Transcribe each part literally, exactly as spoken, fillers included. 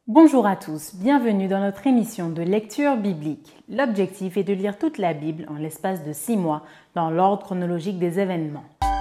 Bonjour à tous, bienvenue dans notre émission de lecture biblique. L'objectif est de lire toute la Bible en l'espace de six mois dans l'ordre chronologique des événements.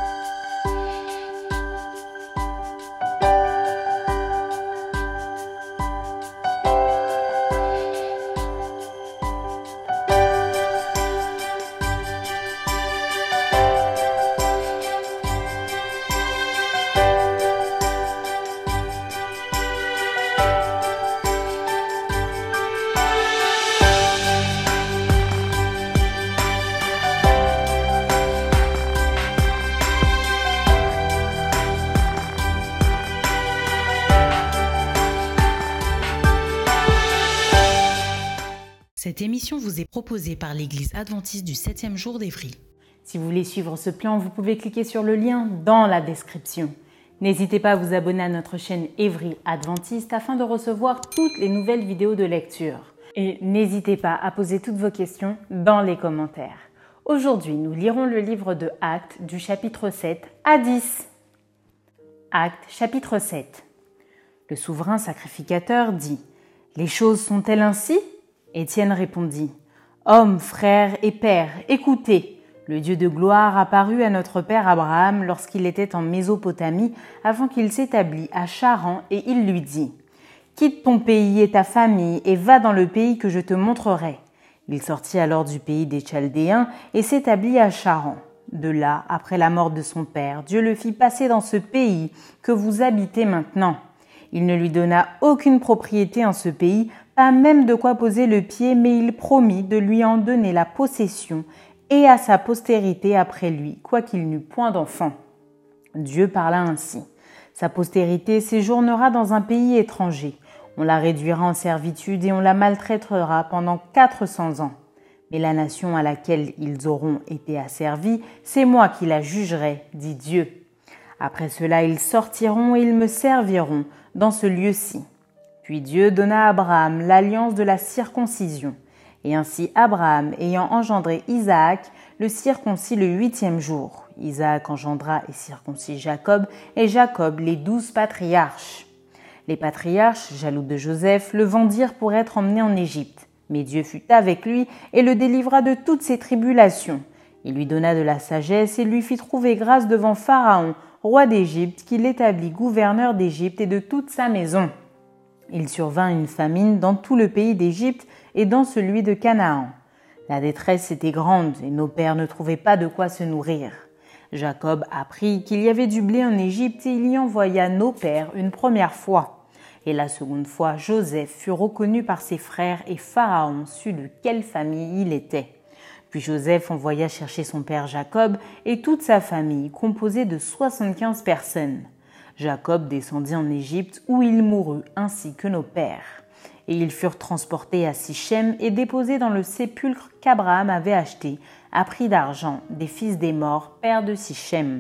Cette émission vous est proposée par l'Église adventiste du septième jour d'Évry. Si vous voulez suivre ce plan, vous pouvez cliquer sur le lien dans la description. N'hésitez pas à vous abonner à notre chaîne Évry Adventiste afin de recevoir toutes les nouvelles vidéos de lecture. Et n'hésitez pas à poser toutes vos questions dans les commentaires. Aujourd'hui, nous lirons le livre de Actes du chapitre sept à dix. Actes chapitre sept. Le souverain sacrificateur dit « Les choses sont-elles ainsi ?» Étienne répondit « Hommes, frères et pères, écoutez, le Dieu de gloire apparut à notre père Abraham lorsqu'il était en Mésopotamie avant qu'il s'établît à Charan et il lui dit « Quitte ton pays et ta famille et va dans le pays que je te montrerai. » Il sortit alors du pays des Chaldéens et s'établit à Charan. De là, après la mort de son père, Dieu le fit passer dans ce pays que vous habitez maintenant. Il ne lui donna aucune propriété en ce pays, pas même de quoi poser le pied, mais il promit de lui en donner la possession et à sa postérité après lui, quoiqu'il n'eût point d'enfant. Dieu parla ainsi. Sa postérité séjournera dans un pays étranger. On la réduira en servitude et on la maltraitera pendant quatre cents ans. Mais la nation à laquelle ils auront été asservis, c'est moi qui la jugerai, dit Dieu. Après cela, ils sortiront et ils me serviront dans ce lieu-ci. Puis Dieu donna à Abraham l'alliance de la circoncision. Et ainsi Abraham, ayant engendré Isaac, le circoncit le huitième jour. Isaac engendra et circoncit Jacob, et Jacob les douze patriarches. Les patriarches, jaloux de Joseph, le vendirent pour être emmené en Égypte. Mais Dieu fut avec lui et le délivra de toutes ses tribulations. Il lui donna de la sagesse et lui fit trouver grâce devant Pharaon, roi d'Égypte, qui l'établit gouverneur d'Égypte et de toute sa maison. Il survint une famine dans tout le pays d'Égypte et dans celui de Canaan. La détresse était grande et nos pères ne trouvaient pas de quoi se nourrir. Jacob apprit qu'il y avait du blé en Égypte et il y envoya nos pères une première fois. Et la seconde fois, Joseph fut reconnu par ses frères et Pharaon sut de quelle famille il était. Puis Joseph envoya chercher son père Jacob et toute sa famille, composée de soixante-quinze personnes. Jacob descendit en Égypte où il mourut ainsi que nos pères. Et ils furent transportés à Sichem et déposés dans le sépulcre qu'Abraham avait acheté à prix d'argent des fils des morts, pères de Sichem.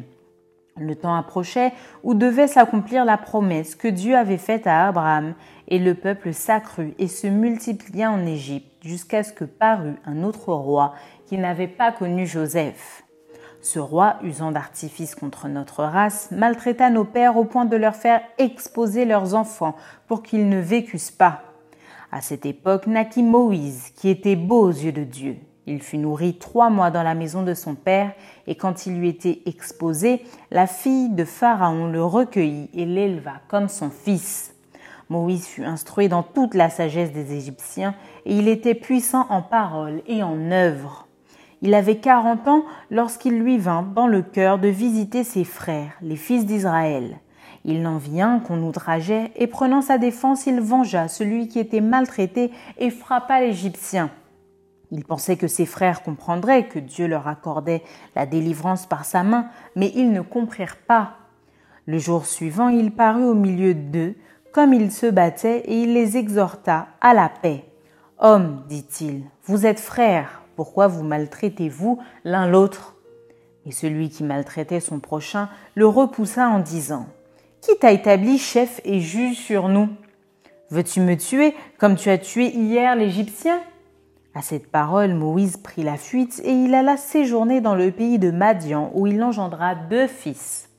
Le temps approchait où devait s'accomplir la promesse que Dieu avait faite à Abraham, et le peuple s'accrut et se multiplia en Égypte jusqu'à ce que parut un autre roi qui n'avait pas connu Joseph. Ce roi, usant d'artifice contre notre race, maltraita nos pères au point de leur faire exposer leurs enfants pour qu'ils ne vécussent pas. À cette époque naquit Moïse, qui était beau aux yeux de Dieu. Il fut nourri trois mois dans la maison de son père, et quand il lui était exposé, la fille de Pharaon le recueillit et l'éleva comme son fils. Moïse fut instruit dans toute la sagesse des Égyptiens, et il était puissant en parole et en œuvre. Il avait quarante ans lorsqu'il lui vint dans le cœur de visiter ses frères, les fils d'Israël. Il n'en vit un qu'on outrageait, et prenant sa défense, il vengea celui qui était maltraité et frappa l'Égyptien. Il pensait que ses frères comprendraient que Dieu leur accordait la délivrance par sa main, mais ils ne comprirent pas. Le jour suivant, il parut au milieu d'eux, comme ils se battaient, et il les exhorta à la paix. « Hommes, dit-il, vous êtes frères. Pourquoi vous maltraitez-vous l'un l'autre » Et celui qui maltraitait son prochain le repoussa en disant « Qui t'a établi chef et juge sur nous ? Veux-tu me tuer comme tu as tué hier l'Égyptien » À cette parole, Moïse prit la fuite et il alla séjourner dans le pays de Madian où il engendra deux fils.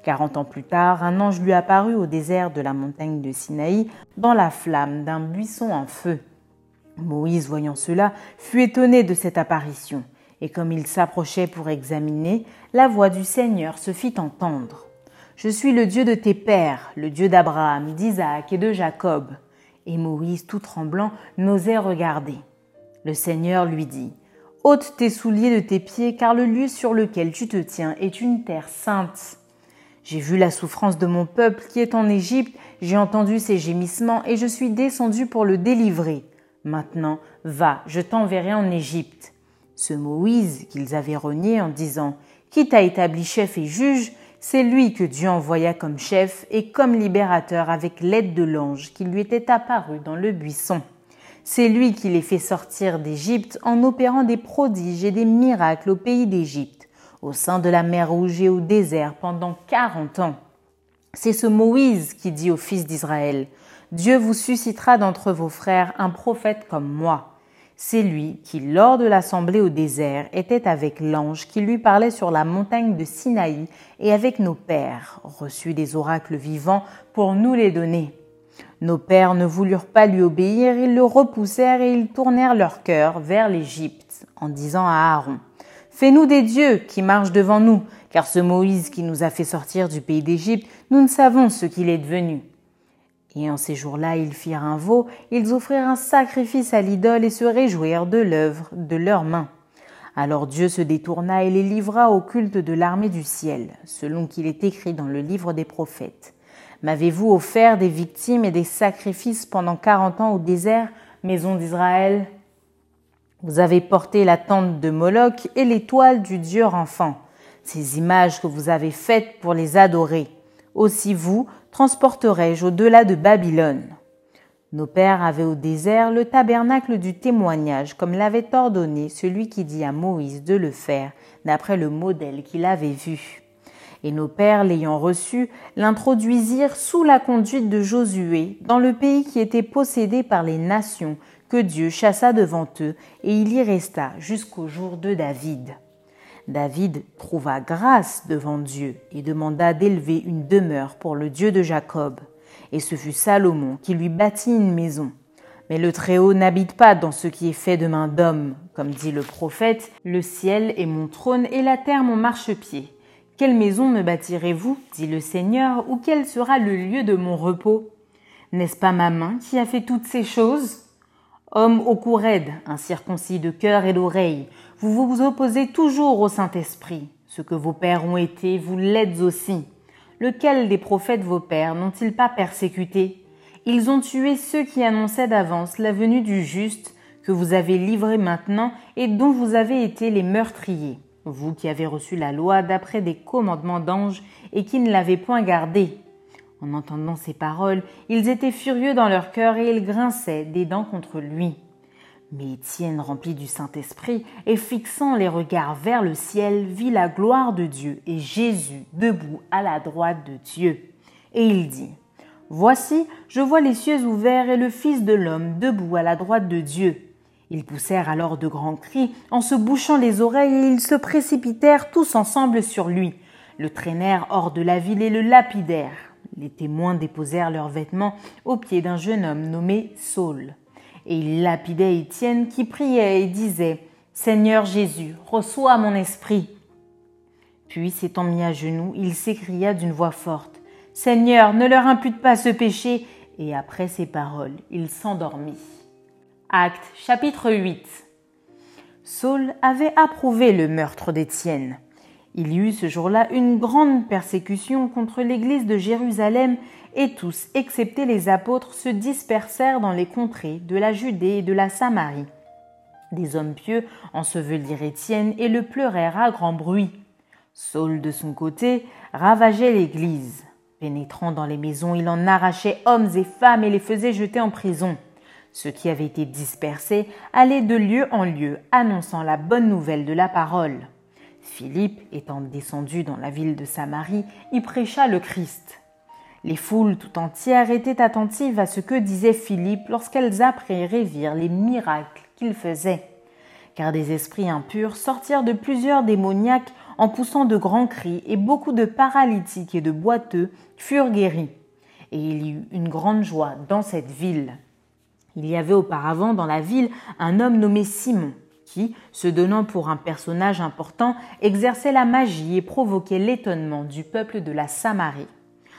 Quarante ans plus tard, un ange lui apparut au désert de la montagne de Sinaï dans la flamme d'un buisson en feu. Moïse, voyant cela, fut étonné de cette apparition, et comme il s'approchait pour examiner, la voix du Seigneur se fit entendre. « Je suis le Dieu de tes pères, le Dieu d'Abraham, d'Isaac et de Jacob. » Et Moïse, tout tremblant, n'osait regarder. Le Seigneur lui dit « Ôte tes souliers de tes pieds, car le lieu sur lequel tu te tiens est une terre sainte. J'ai vu la souffrance de mon peuple qui est en Égypte, j'ai entendu ses gémissements et je suis descendu pour le délivrer. Maintenant, va, je t'enverrai en Égypte. » Ce Moïse qu'ils avaient renié en disant « Qui t'a établi chef et juge ?» C'est lui que Dieu envoya comme chef et comme libérateur avec l'aide de l'ange qui lui était apparu dans le buisson. C'est lui qui les fait sortir d'Égypte en opérant des prodiges et des miracles au pays d'Égypte, au sein de la mer Rouge et au désert pendant quarante ans. C'est ce Moïse qui dit aux fils d'Israël « Dieu vous suscitera d'entre vos frères un prophète comme moi. » C'est lui qui, lors de l'assemblée au désert, était avec l'ange qui lui parlait sur la montagne de Sinaï et avec nos pères, reçus des oracles vivants pour nous les donner. Nos pères ne voulurent pas lui obéir, ils le repoussèrent et ils tournèrent leur cœur vers l'Égypte, en disant à Aaron « Fais-nous des dieux qui marchent devant nous, car ce Moïse qui nous a fait sortir du pays d'Égypte, nous ne savons ce qu'il est devenu. » Et en ces jours-là, ils firent un veau, ils offrirent un sacrifice à l'idole et se réjouirent de l'œuvre de leurs mains. Alors Dieu se détourna et les livra au culte de l'armée du ciel, selon qu'il est écrit dans le livre des prophètes. M'avez-vous offert des victimes et des sacrifices pendant quarante ans au désert, maison d'Israël? Vous avez porté la tente de Moloch et l'étoile du Dieu enfant, ces images que vous avez faites pour les adorer. Aussi vous transporterai-je au-delà de Babylone. Nos pères avaient au désert le tabernacle du témoignage, comme l'avait ordonné celui qui dit à Moïse de le faire, d'après le modèle qu'il avait vu. Et nos pères, l'ayant reçu, l'introduisirent sous la conduite de Josué, dans le pays qui était possédé par les nations, que Dieu chassa devant eux, et il y resta jusqu'au jour de David. David trouva grâce devant Dieu et demanda d'élever une demeure pour le Dieu de Jacob. Et ce fut Salomon qui lui bâtit une maison. Mais le Très-Haut n'habite pas dans ce qui est fait de main d'homme. Comme dit le prophète, « Le ciel est mon trône et la terre mon marchepied. Quelle maison me bâtirez-vous, dit le Seigneur, ou quel sera le lieu de mon repos? N'est-ce pas ma main qui a fait toutes ces choses ? Homme au cou raide, incirconcis de cœur et d'oreille, vous vous opposez toujours au Saint-Esprit. Ce que vos pères ont été, vous l'êtes aussi. Lequel des prophètes vos pères n'ont-ils pas persécuté? Ils ont tué ceux qui annonçaient d'avance la venue du juste, que vous avez livré maintenant et dont vous avez été les meurtriers. Vous qui avez reçu la loi d'après des commandements d'anges et qui ne l'avez point gardée. En entendant ces paroles, ils étaient furieux dans leur cœur et ils grinçaient des dents contre lui. Mais Étienne, rempli du Saint-Esprit et fixant les regards vers le ciel, vit la gloire de Dieu et Jésus debout à la droite de Dieu. Et il dit « Voici, je vois les cieux ouverts et le Fils de l'homme debout à la droite de Dieu. » Ils poussèrent alors de grands cris en se bouchant les oreilles et ils se précipitèrent tous ensemble sur lui, le traînèrent hors de la ville et le lapidèrent. Les témoins déposèrent leurs vêtements aux pieds d'un jeune homme nommé Saul. Et ils lapidaient Étienne qui priait et disait « Seigneur Jésus, reçois mon esprit !» Puis, s'étant mis à genoux, il s'écria d'une voix forte « Seigneur, ne leur impute pas ce péché !» Et après ces paroles, il s'endormit. Actes chapitre huit. Saul avait approuvé le meurtre d'Étienne. Il y eut ce jour-là une grande persécution contre l'église de Jérusalem et tous, excepté les apôtres, se dispersèrent dans les contrées de la Judée et de la Samarie. Des hommes pieux ensevelirent Étienne et le pleurèrent à grand bruit. Saul, de son côté, ravageait l'église. Pénétrant dans les maisons, il en arrachait hommes et femmes et les faisait jeter en prison. Ceux qui avaient été dispersés allaient de lieu en lieu, annonçant la bonne nouvelle de la parole. Philippe, étant descendu dans la ville de Samarie, y prêcha le Christ. Les foules tout entières étaient attentives à ce que disait Philippe lorsqu'elles apprirent et virent les miracles qu'il faisait. Car des esprits impurs sortirent de plusieurs démoniaques en poussant de grands cris, et beaucoup de paralytiques et de boiteux furent guéris. Et il y eut une grande joie dans cette ville. Il y avait auparavant dans la ville un homme nommé Simon, qui, se donnant pour un personnage important, exerçait la magie et provoquait l'étonnement du peuple de la Samarie.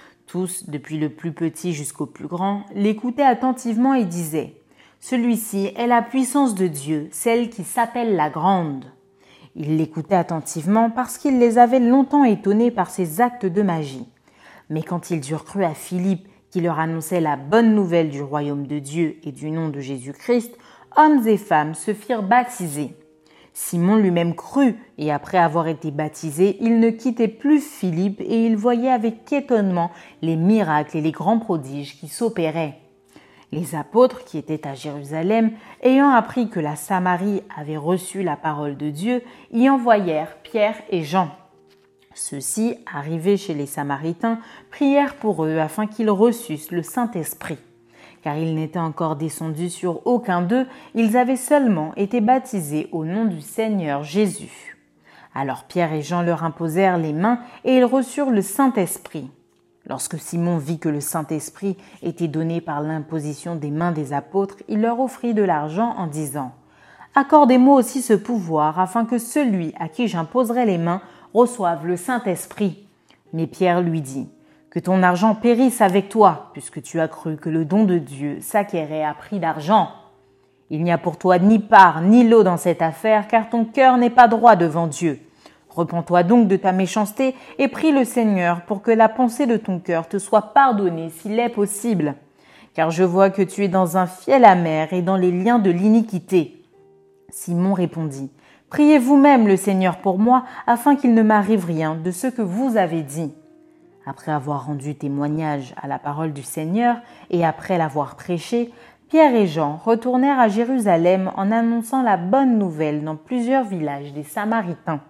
Tous, depuis le plus petit jusqu'au plus grand, l'écoutaient attentivement et disaient « Celui-ci est la puissance de Dieu, celle qui s'appelle la Grande ». Ils l'écoutaient attentivement parce qu'il les avait longtemps étonnés par ses actes de magie. Mais quand ils eurent cru à Philippe, qui leur annonçait la bonne nouvelle du royaume de Dieu et du nom de Jésus-Christ, hommes et femmes se firent baptiser. Simon lui-même crut, et après avoir été baptisé, il ne quittait plus Philippe et il voyait avec étonnement les miracles et les grands prodiges qui s'opéraient. Les apôtres qui étaient à Jérusalem, ayant appris que la Samarie avait reçu la parole de Dieu, y envoyèrent Pierre et Jean. Ceux-ci, arrivés chez les Samaritains, prièrent pour eux afin qu'ils reçussent le Saint-Esprit. Car il n'était encore descendu sur aucun d'eux, ils avaient seulement été baptisés au nom du Seigneur Jésus. Alors Pierre et Jean leur imposèrent les mains et ils reçurent le Saint-Esprit. Lorsque Simon vit que le Saint-Esprit était donné par l'imposition des mains des apôtres, il leur offrit de l'argent en disant « Accordez-moi aussi ce pouvoir afin que celui à qui j'imposerai les mains reçoive le Saint-Esprit. » Mais Pierre lui dit « Que ton argent périsse avec toi, puisque tu as cru que le don de Dieu s'acquérait à prix d'argent. Il n'y a pour toi ni part ni lot dans cette affaire, car ton cœur n'est pas droit devant Dieu. Repens-toi donc de ta méchanceté et prie le Seigneur pour que la pensée de ton cœur te soit pardonnée s'il est possible. Car je vois que tu es dans un fiel amer et dans les liens de l'iniquité. » Simon répondit « Priez vous-même le Seigneur pour moi, afin qu'il ne m'arrive rien de ce que vous avez dit. » Après avoir rendu témoignage à la parole du Seigneur et après l'avoir prêchée, Pierre et Jean retournèrent à Jérusalem en annonçant la bonne nouvelle dans plusieurs villages des Samaritains.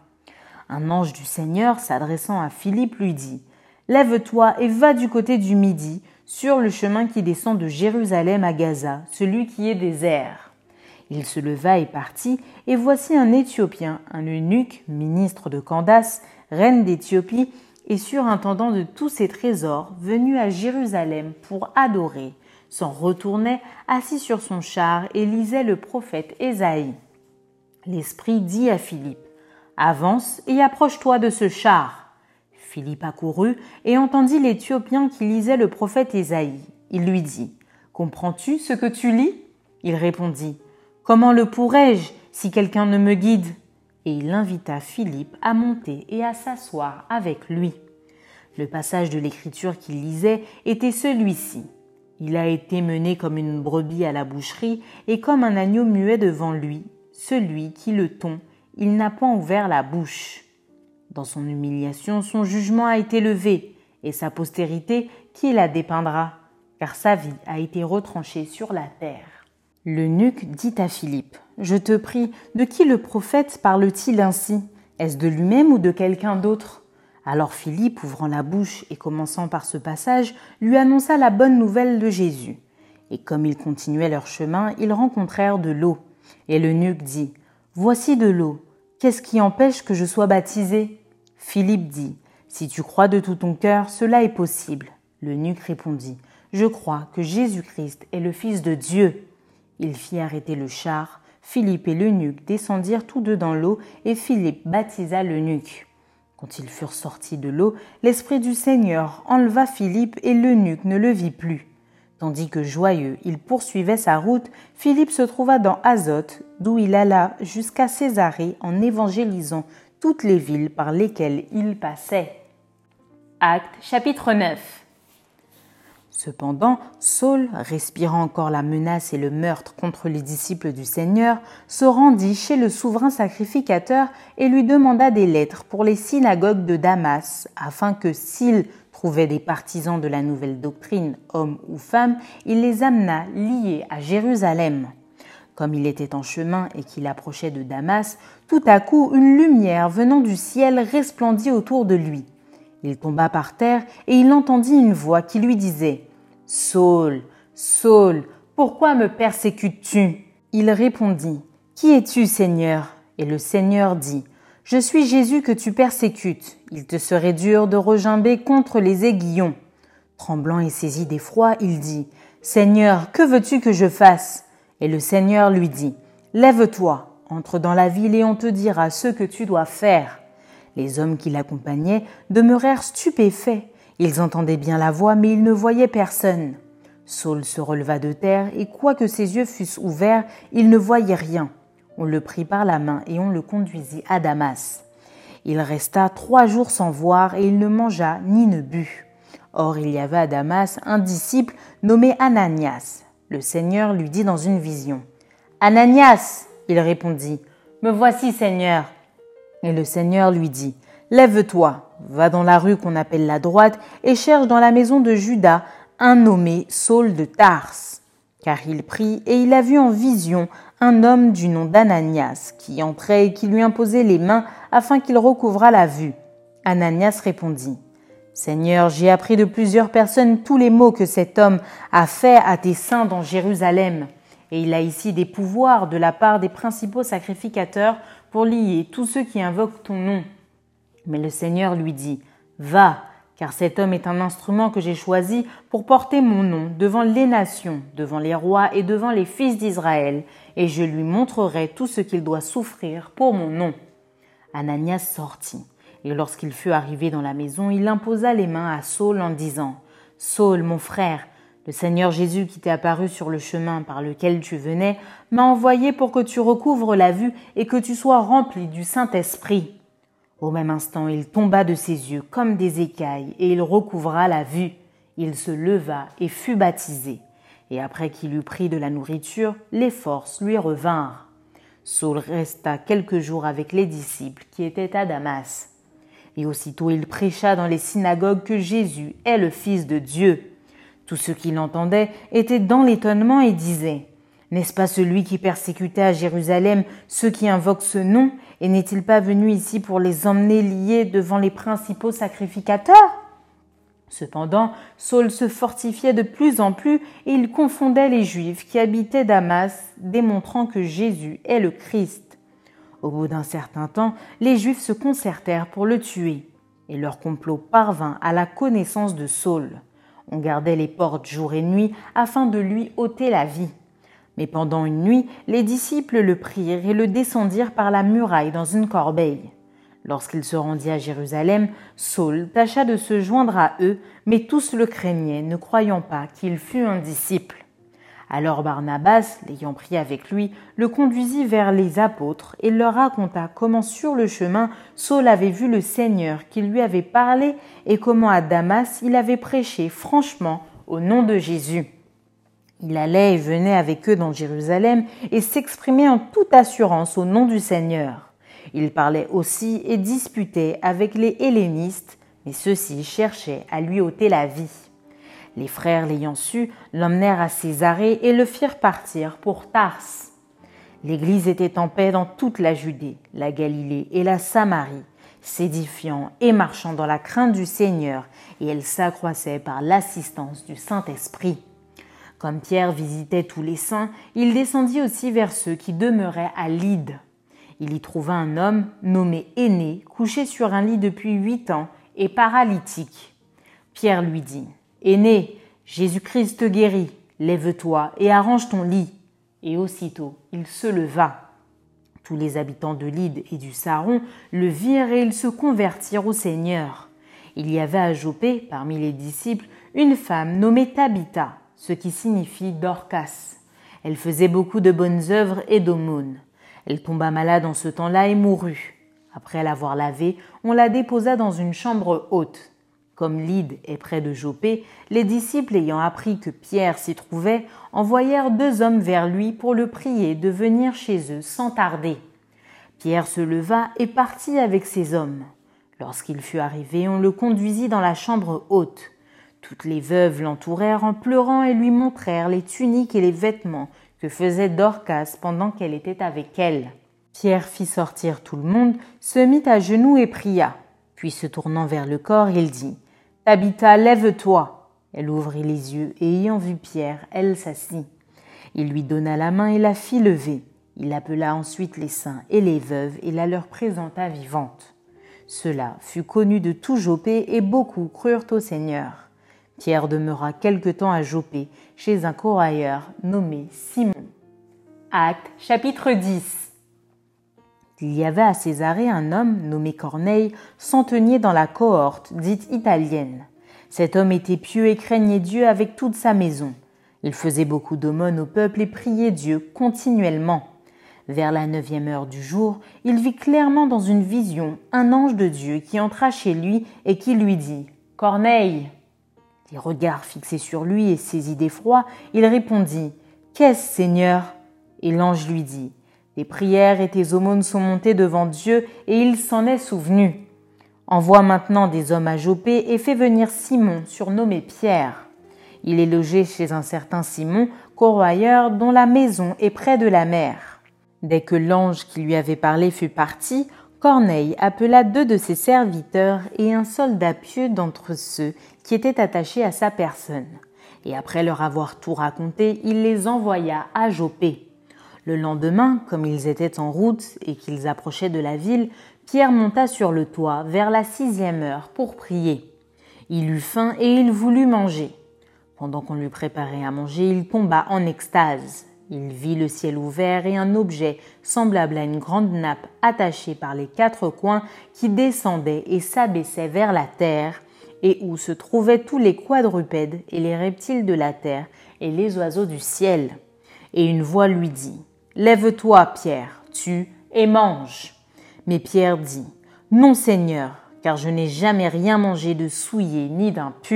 Un ange du Seigneur, s'adressant à Philippe, lui dit « Lève-toi et va du côté du Midi, sur le chemin qui descend de Jérusalem à Gaza, celui qui est désert. » Il se leva et partit, et voici un Éthiopien, un eunuque, ministre de Candace, reine d'Éthiopie, et surintendant de tous ses trésors, venu à Jérusalem pour adorer, s'en retournait assis sur son char et lisait le prophète Ésaïe. L'Esprit dit à Philippe « Avance et approche-toi de ce char. » Philippe accourut et entendit l'Éthiopien qui lisait le prophète Ésaïe. Il lui dit « Comprends-tu ce que tu lis ?» Il répondit « Comment le pourrais-je si quelqu'un ne me guide ?» Et il invita Philippe à monter et à s'asseoir avec lui. Le passage de l'Écriture qu'il lisait était celui-ci. Il a été mené comme une brebis à la boucherie et comme un agneau muet devant lui, celui qui le tond, il n'a point ouvert la bouche. Dans son humiliation, son jugement a été levé, et sa postérité, qui la dépeindra, car sa vie a été retranchée sur la terre. L'eunuque dit à Philippe, « Je te prie, de qui le prophète parle-t-il ainsi? Est-ce de lui-même ou de quelqu'un d'autre ?» Alors Philippe, ouvrant la bouche et commençant par ce passage, lui annonça la bonne nouvelle de Jésus. Et comme ils continuaient leur chemin, ils rencontrèrent de l'eau. Et l'eunuque dit, « Voici de l'eau. Qu'est-ce qui empêche que je sois baptisé ?» Philippe dit, « Si tu crois de tout ton cœur, cela est possible. » L'eunuque répondit, « Je crois que Jésus-Christ est le Fils de Dieu. » Il fit arrêter le char. Philippe et l'eunuque descendirent tous deux dans l'eau et Philippe baptisa l'eunuque. Quand ils furent sortis de l'eau, l'Esprit du Seigneur enleva Philippe et l'eunuque ne le vit plus. Tandis que joyeux, il poursuivait sa route, Philippe se trouva dans Azote, d'où il alla jusqu'à Césarée en évangélisant toutes les villes par lesquelles il passait. Actes chapitre neuf. Cependant, Saul, respirant encore la menace et le meurtre contre les disciples du Seigneur, se rendit chez le souverain sacrificateur et lui demanda des lettres pour les synagogues de Damas, afin que, s'il trouvait des partisans de la nouvelle doctrine, hommes ou femmes, il les amenât liés à Jérusalem. Comme il était en chemin et qu'il approchait de Damas, tout à coup une lumière venant du ciel resplendit autour de lui. Il tomba par terre et il entendit une voix qui lui disait « Saul, Saul, pourquoi me persécutes-tu » Il répondit « Qui es-tu, Seigneur ?» Et le Seigneur dit « Je suis Jésus que tu persécutes. Il te serait dur de regimber contre les aiguillons. » Tremblant et saisi d'effroi, il dit, « Seigneur, que veux-tu que je fasse ?» Et le Seigneur lui dit, « Lève-toi, entre dans la ville et on te dira ce que tu dois faire. » Les hommes qui l'accompagnaient demeurèrent stupéfaits. Ils entendaient bien la voix, mais ils ne voyaient personne. Saul se releva de terre, et quoique ses yeux fussent ouverts, il ne voyait rien. On le prit par la main et on le conduisit à Damas. Il resta trois jours sans voir, et il ne mangea ni ne but. Or, il y avait à Damas un disciple nommé Ananias. Le Seigneur lui dit dans une vision, « Ananias !» Il répondit, « Me voici, Seigneur. » Et le Seigneur lui dit, « Lève-toi, va dans la rue qu'on appelle la droite et cherche dans la maison de Judas un nommé Saul de Tarse. » Car il prit et il a vu en vision un homme du nom d'Ananias qui entrait et qui lui imposait les mains afin qu'il recouvrât la vue. Ananias répondit, « Seigneur, j'ai appris de plusieurs personnes tous les maux que cet homme a fait à tes saints dans Jérusalem. Et il a ici des pouvoirs de la part des principaux sacrificateurs pour lier tous ceux qui invoquent ton nom. » Mais le Seigneur lui dit, « Va, car cet homme est un instrument que j'ai choisi pour porter mon nom devant les nations, devant les rois et devant les fils d'Israël, et je lui montrerai tout ce qu'il doit souffrir pour mon nom. » Ananias sortit, et lorsqu'il fut arrivé dans la maison, il imposa les mains à Saul en disant, « Saul, mon frère, le Seigneur Jésus qui t'est apparu sur le chemin par lequel tu venais m'a envoyé pour que tu recouvres la vue et que tu sois rempli du Saint-Esprit. » Au même instant, il tomba de ses yeux comme des écailles et il recouvra la vue. Il se leva et fut baptisé. Et après qu'il eut pris de la nourriture, les forces lui revinrent. Saul resta quelques jours avec les disciples qui étaient à Damas. Et aussitôt il prêcha dans les synagogues que Jésus est le Fils de Dieu. Tous ceux qui l'entendaient étaient dans l'étonnement et disaient, « N'est-ce pas celui qui persécutait à Jérusalem ceux qui invoquent ce nom, et n'est-il pas venu ici pour les emmener liés devant les principaux sacrificateurs ?» Cependant, Saul se fortifiait de plus en plus et il confondait les Juifs qui habitaient Damas, démontrant que Jésus est le Christ. Au bout d'un certain temps, les Juifs se concertèrent pour le tuer, et leur complot parvint à la connaissance de Saul. On gardait les portes jour et nuit afin de lui ôter la vie. Mais pendant une nuit, les disciples le prirent et le descendirent par la muraille dans une corbeille. Lorsqu'il se rendit à Jérusalem, Saul tâcha de se joindre à eux, mais tous le craignaient, ne croyant pas qu'il fût un disciple. Alors Barnabas, l'ayant pris avec lui, le conduisit vers les apôtres et leur raconta comment sur le chemin Saul avait vu le Seigneur qui lui avait parlé et comment à Damas il avait prêché franchement au nom de Jésus. Il allait et venait avec eux dans Jérusalem et s'exprimait en toute assurance au nom du Seigneur. Il parlait aussi et disputait avec les hellénistes, mais ceux-ci cherchaient à lui ôter la vie. Les frères l'ayant su, l'emmenèrent à Césarée et le firent partir pour Tarse. L'Église était en paix dans toute la Judée, la Galilée et la Samarie, s'édifiant et marchant dans la crainte du Seigneur, et elle s'accroissait par l'assistance du Saint-Esprit. Comme Pierre visitait tous les saints, il descendit aussi vers ceux qui demeuraient à Lyde. Il y trouva un homme nommé Énée, couché sur un lit depuis huit ans et paralytique. Pierre lui dit, « Énée, Jésus-Christ te guérit, lève-toi et arrange ton lit. » Et aussitôt, il se leva. Tous les habitants de Lyde et du Saron le virent et ils se convertirent au Seigneur. Il y avait à Joppé, parmi les disciples, une femme nommée Tabitha, ce qui signifie Dorcas. Elle faisait beaucoup de bonnes œuvres et d'aumônes. Elle tomba malade en ce temps-là et mourut. Après l'avoir lavée, on la déposa dans une chambre haute. Comme Lyde est près de Joppé, les disciples ayant appris que Pierre s'y trouvait, envoyèrent deux hommes vers lui pour le prier de venir chez eux sans tarder. Pierre se leva et partit avec ces hommes. Lorsqu'il fut arrivé, on le conduisit dans la chambre haute. Toutes les veuves l'entourèrent en pleurant et lui montrèrent les tuniques et les vêtements que faisait Dorcas pendant qu'elle était avec elle. Pierre fit sortir tout le monde, se mit à genoux et pria. Puis se tournant vers le corps, il dit « Tabitha, lève-toi !» Elle ouvrit les yeux et ayant vu Pierre, elle s'assit. Il lui donna la main et la fit lever. Il appela ensuite les saints et les veuves et la leur présenta vivante. Cela fut connu de tout Joppé et beaucoup crurent au Seigneur. Pierre demeura quelque temps à Joppé, chez un corailleur nommé Simon. Actes chapitre dix. Il y avait à Césarée un homme nommé Corneille, centenier dans la cohorte dite italienne. Cet homme était pieux et craignait Dieu avec toute sa maison. Il faisait beaucoup d'aumônes au peuple et priait Dieu continuellement. Vers la neuvième heure du jour, il vit clairement dans une vision un ange de Dieu qui entra chez lui et qui lui dit « Corneille !» Les regards fixés sur lui et saisi d'effroi, il répondit « Qu'est-ce, Seigneur ?» Et l'ange lui dit « Tes prières et tes aumônes sont montées devant Dieu et il s'en est souvenu. Envoie maintenant des hommes à Joppé et fais venir Simon, surnommé Pierre. Il est logé chez un certain Simon, corroyeur, dont la maison est près de la mer. » Dès que l'ange qui lui avait parlé fut parti, Corneille appela deux de ses serviteurs et un soldat pieux d'entre ceux qui étaient attachés à sa personne. Et après leur avoir tout raconté, il les envoya à Joppé. Le lendemain, comme ils étaient en route et qu'ils approchaient de la ville, Pierre monta sur le toit vers la sixième heure pour prier. Il eut faim et il voulut manger. Pendant qu'on lui préparait à manger, il tomba en extase. Il vit le ciel ouvert et un objet semblable à une grande nappe attachée par les quatre coins qui descendait et s'abaissait vers la terre et où se trouvaient tous les quadrupèdes et les reptiles de la terre et les oiseaux du ciel. Et une voix lui dit « Lève-toi, Pierre, tue et mange. » Mais Pierre dit « Non, Seigneur, car je n'ai jamais rien mangé de souillé ni d'impur. »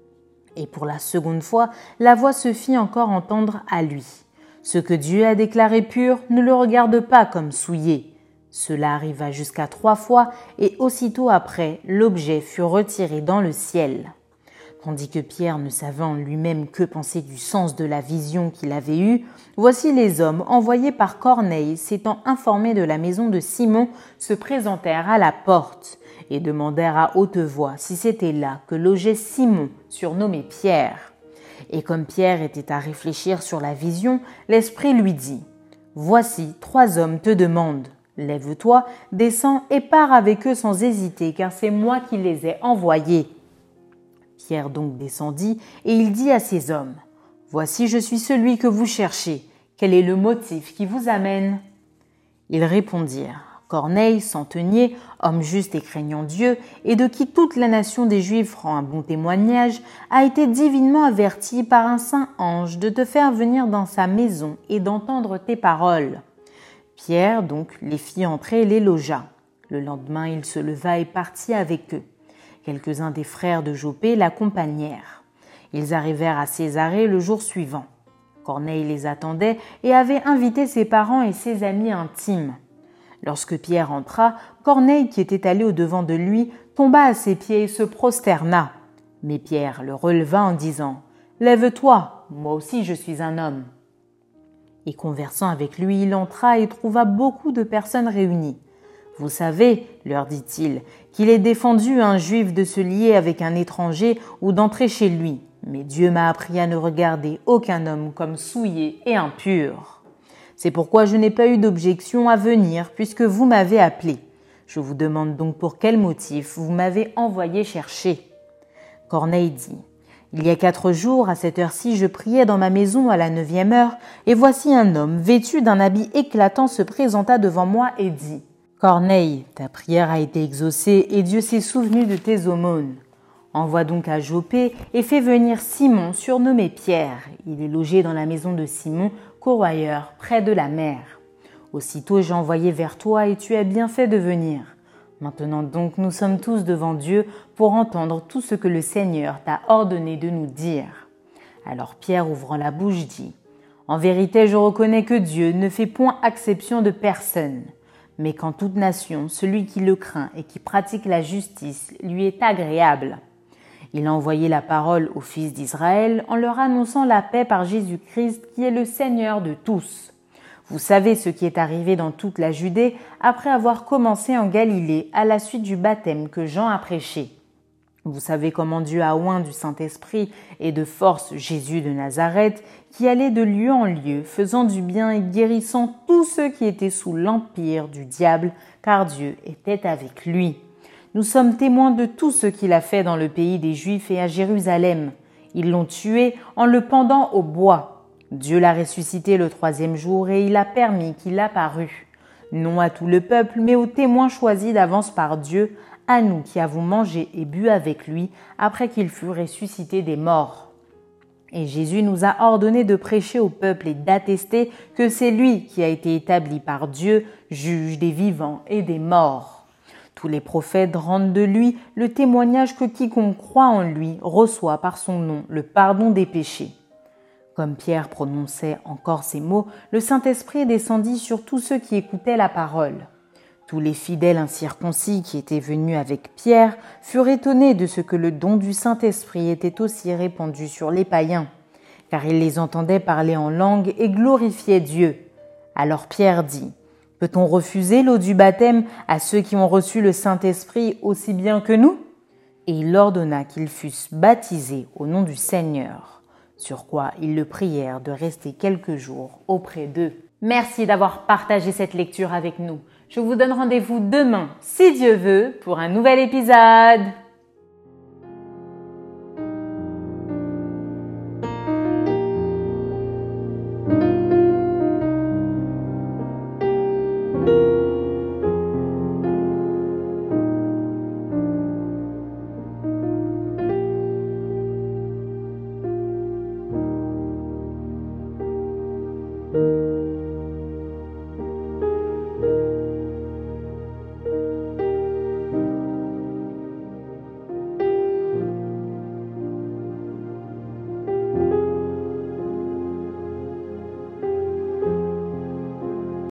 Et pour la seconde fois, la voix se fit encore entendre à lui. Ce que Dieu a déclaré pur ne le regarde pas comme souillé. Cela arriva jusqu'à trois fois et aussitôt après, l'objet fut retiré dans le ciel. Tandis que Pierre ne savait en lui-même que penser du sens de la vision qu'il avait eue, voici les hommes envoyés par Corneille s'étant informés de la maison de Simon se présentèrent à la porte et demandèrent à haute voix si c'était là que logeait Simon, surnommé Pierre. Et comme Pierre était à réfléchir sur la vision, l'Esprit lui dit « Voici, trois hommes te demandent. Lève-toi, descends et pars avec eux sans hésiter, car c'est moi qui les ai envoyés. » Pierre donc descendit et il dit à ces hommes « Voici, je suis celui que vous cherchez. Quel est le motif qui vous amène ?» Ils répondirent Corneille, centenier, homme juste et craignant Dieu, et de qui toute la nation des Juifs rend un bon témoignage, a été divinement averti par un saint ange de te faire venir dans sa maison et d'entendre tes paroles. Pierre donc les fit entrer et les logea. Le lendemain, il se leva et partit avec eux. Quelques-uns des frères de Joppé l'accompagnèrent. Ils arrivèrent à Césarée le jour suivant. Corneille les attendait et avait invité ses parents et ses amis intimes. Lorsque Pierre entra, Corneille, qui était allé au-devant de lui, tomba à ses pieds et se prosterna. Mais Pierre le releva en disant « Lève-toi, moi aussi je suis un homme. » Et conversant avec lui, il entra et trouva beaucoup de personnes réunies. « Vous savez, leur dit-il, qu'il est défendu à un juif de se lier avec un étranger ou d'entrer chez lui. Mais Dieu m'a appris à ne regarder aucun homme comme souillé et impur. C'est pourquoi je n'ai pas eu d'objection à venir puisque vous m'avez appelé. Je vous demande donc pour quel motif vous m'avez envoyé chercher. » Corneille dit « Il y a quatre jours, à cette heure-ci, je priais dans ma maison à la neuvième heure, et voici un homme vêtu d'un habit éclatant se présenta devant moi et dit « Corneille, ta prière a été exaucée et Dieu s'est souvenu de tes aumônes. Envoie donc à Joppé et fais venir Simon, surnommé Pierre. Il est logé dans la maison de Simon, corroyeur, près de la mer. Aussitôt j'ai envoyé vers toi et tu as bien fait de venir. Maintenant donc nous sommes tous devant Dieu pour entendre tout ce que le Seigneur t'a ordonné de nous dire. » Alors Pierre, ouvrant la bouche, dit « En vérité, je reconnais que Dieu ne fait point exception de personne, mais qu'en toute nation, celui qui le craint et qui pratique la justice lui est agréable. » Il a envoyé la parole aux fils d'Israël en leur annonçant la paix par Jésus-Christ qui est le Seigneur de tous. Vous savez ce qui est arrivé dans toute la Judée après avoir commencé en Galilée à la suite du baptême que Jean a prêché. Vous savez comment Dieu a oint du Saint-Esprit et de force Jésus de Nazareth, qui allait de lieu en lieu, faisant du bien et guérissant tous ceux qui étaient sous l'empire du diable, car Dieu était avec lui. Nous sommes témoins de tout ce qu'il a fait dans le pays des Juifs et à Jérusalem. Ils l'ont tué en le pendant au bois. Dieu l'a ressuscité le troisième jour et il a permis qu'il apparût, non à tout le peuple, mais aux témoins choisis d'avance par Dieu, à nous qui avons mangé et bu avec lui après qu'il fut ressuscité des morts. Et Jésus nous a ordonné de prêcher au peuple et d'attester que c'est lui qui a été établi par Dieu, juge des vivants et des morts. Tous les prophètes rendent de lui le témoignage que quiconque croit en lui reçoit par son nom le pardon des péchés. Comme Pierre prononçait encore ces mots, le Saint-Esprit descendit sur tous ceux qui écoutaient la parole. Tous les fidèles incirconcis qui étaient venus avec Pierre furent étonnés de ce que le don du Saint-Esprit était aussi répandu sur les païens, car ils les entendaient parler en langue et glorifiaient Dieu. Alors Pierre dit : « Peut-on refuser l'eau du baptême à ceux qui ont reçu le Saint-Esprit aussi bien que nous ?» Et il ordonna qu'ils fussent baptisés au nom du Seigneur, sur quoi ils le prièrent de rester quelques jours auprès d'eux. Merci d'avoir partagé cette lecture avec nous. Je vous donne rendez-vous demain, si Dieu veut, pour un nouvel épisode.